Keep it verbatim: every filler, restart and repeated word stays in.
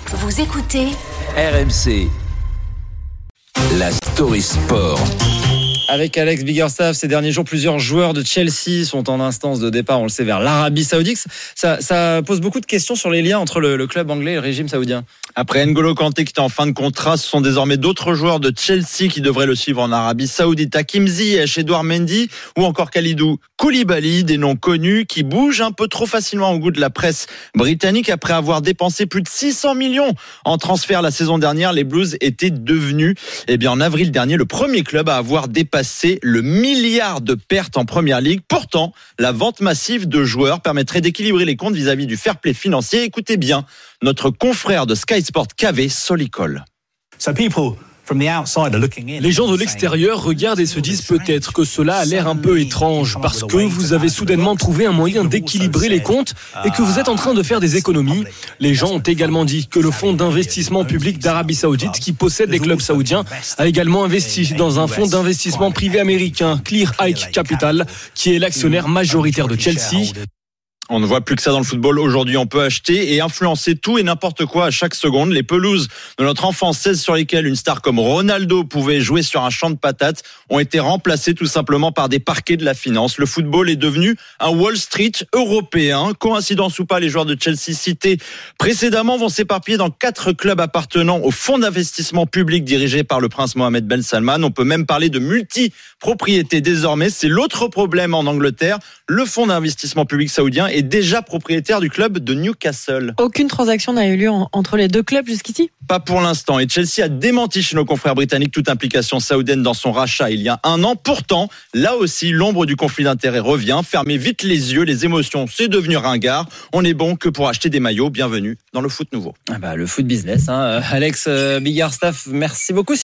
Vous écoutez R M C, la story sport. Avec Alex Biggerstaff, ces derniers jours, plusieurs joueurs de Chelsea sont en instance de départ, on le sait, vers l'Arabie Saoudite. Ça, ça pose beaucoup de questions sur les liens entre le, le club anglais et le régime saoudien. Après N'Golo Kanté qui était en fin de contrat, ce sont désormais d'autres joueurs de Chelsea qui devraient le suivre en Arabie Saoudite. Hakim Ziyech, Edouard Mendy ou encore Kalidou Koulibaly, des noms connus qui bougent un peu trop facilement au goût de la presse britannique. Après avoir dépensé plus de six cents millions en transfert la saison dernière, les Blues étaient devenus, eh bien, en avril dernier, le premier club à avoir dépassé le milliard de pertes en Première Ligue. Pourtant, la vente massive de joueurs permettrait d'équilibrer les comptes vis-à-vis du fair play financier. Écoutez bien notre confrère de Sky Sport Kavé Solikol. So people from the outside are looking in. Les gens de l'extérieur regardent et se disent peut-être que cela a l'air un peu étrange parce que vous avez soudainement trouvé un moyen d'équilibrer les comptes et que vous êtes en train de faire des économies. Les gens ont également dit que le fonds d'investissement public d'Arabie Saoudite, qui possède des clubs saoudiens, a également investi dans un fonds d'investissement privé américain, Clear Lake Capital, qui est l'actionnaire majoritaire de Chelsea. On ne voit plus que ça dans le football. Aujourd'hui, on peut acheter et influencer tout et n'importe quoi à chaque seconde. Les pelouses de notre enfance, celles sur lesquelles une star comme Ronaldo pouvait jouer sur un champ de patates, ont été remplacées tout simplement par des parquets de la finance. Le football est devenu un Wall Street européen. Coïncidence ou pas, les joueurs de Chelsea cités précédemment vont s'éparpiller dans quatre clubs appartenant au fonds d'investissement public dirigé par le prince Mohammed Ben Salman. On peut même parler de multi-propriété désormais. C'est l'autre problème en Angleterre. Le fonds d'investissement public saoudien est déjà propriétaire du club de Newcastle. Aucune transaction n'a eu lieu en, entre les deux clubs jusqu'ici ? Pas pour l'instant. Et Chelsea a démenti chez nos confrères britanniques toute implication saoudienne dans son rachat il y a un an. Pourtant, là aussi, l'ombre du conflit d'intérêts revient. Fermez vite les yeux, les émotions, c'est devenu ringard. On est bon que pour acheter des maillots. Bienvenue dans le foot nouveau. Ah bah, le foot business, hein. Alex Biggerstaff, merci beaucoup.